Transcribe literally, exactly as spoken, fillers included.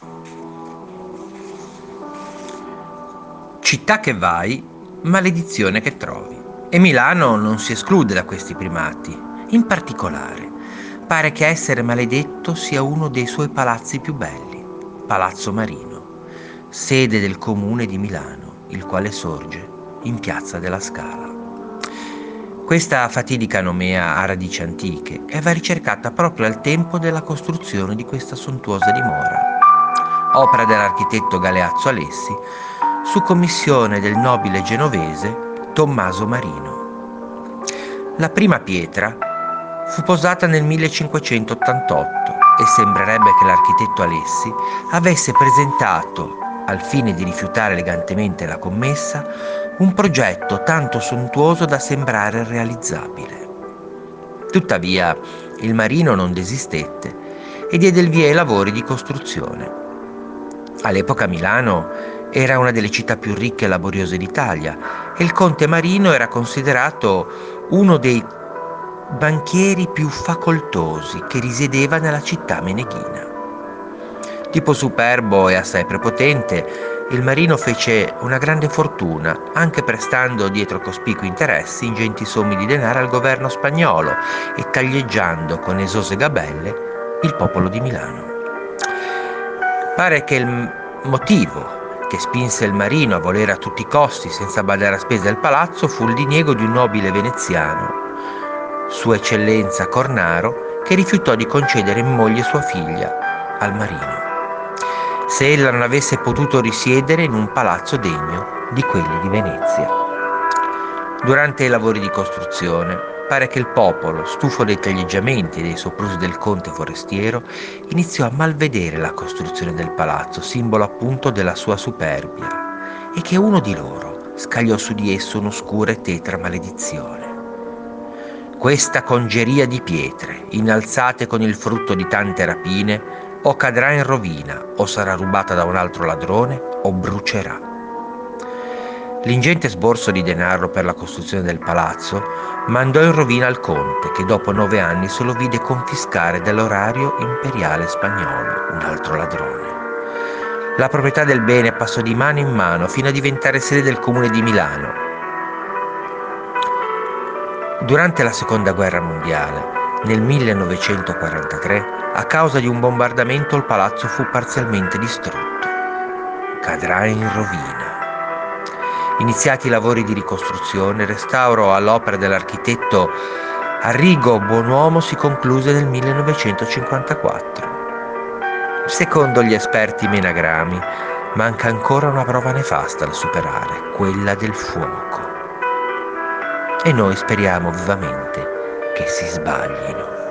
Città che vai, maledizione che trovi. E Milano non si esclude da questi primati. In particolare, pare che a essere maledetto sia uno dei suoi palazzi più belli, Palazzo Marino, sede del comune di Milano, il quale sorge in Piazza della Scala. Questa fatidica nomea ha radici antiche e va ricercata proprio al tempo della costruzione di questa sontuosa dimora, opera dell'architetto Galeazzo Alessi, su commissione del nobile genovese Tommaso Marino. La prima pietra fu posata nel millecinquecentottantotto e sembrerebbe che l'architetto Alessi avesse presentato, al fine di rifiutare elegantemente la commessa, un progetto tanto sontuoso da sembrare realizzabile. Tuttavia, il Marino non desistette e diede il via ai lavori di costruzione. All'epoca Milano era una delle città più ricche e laboriose d'Italia e il conte Marino era considerato uno dei banchieri più facoltosi che risiedeva nella città meneghina. Tipo superbo e assai prepotente, il Marino fece una grande fortuna, anche prestando dietro cospicui interessi ingenti somme di denaro al governo spagnolo e taglieggiando con esose gabelle il popolo di Milano. Pare che il motivo che spinse il Marino a volere a tutti i costi, senza badare a spese del palazzo, fu il diniego di un nobile veneziano, Sua Eccellenza Cornaro, che rifiutò di concedere in moglie sua figlia al Marino, se ella non avesse potuto risiedere in un palazzo degno di quelli di Venezia. Durante i lavori di costruzione, pare che il popolo, stufo dei taglieggiamenti e dei soprusi del conte forestiero, iniziò a malvedere la costruzione del palazzo, simbolo appunto della sua superbia, e che uno di loro scagliò su di esso un'oscura e tetra maledizione. Questa congeria di pietre, innalzate con il frutto di tante rapine, o cadrà in rovina, o sarà rubata da un altro ladrone, o brucerà. L'ingente sborso di denaro per la costruzione del palazzo mandò in rovina il conte, che dopo nove anni se lo vide confiscare dall'orario imperiale spagnolo, un altro ladrone. La proprietà del bene passò di mano in mano fino a diventare sede del comune di Milano. Durante la seconda guerra mondiale, nel millenovecentoquarantatré, a causa di un bombardamento il palazzo fu parzialmente distrutto. Cadrà in rovina. Iniziati i lavori di ricostruzione, il restauro all'opera dell'architetto Arrigo Bonuomo si concluse nel millenovecentocinquantaquattro. Secondo gli esperti menagrami, manca ancora una prova nefasta da superare, quella del fuoco. E noi speriamo vivamente che si sbaglino.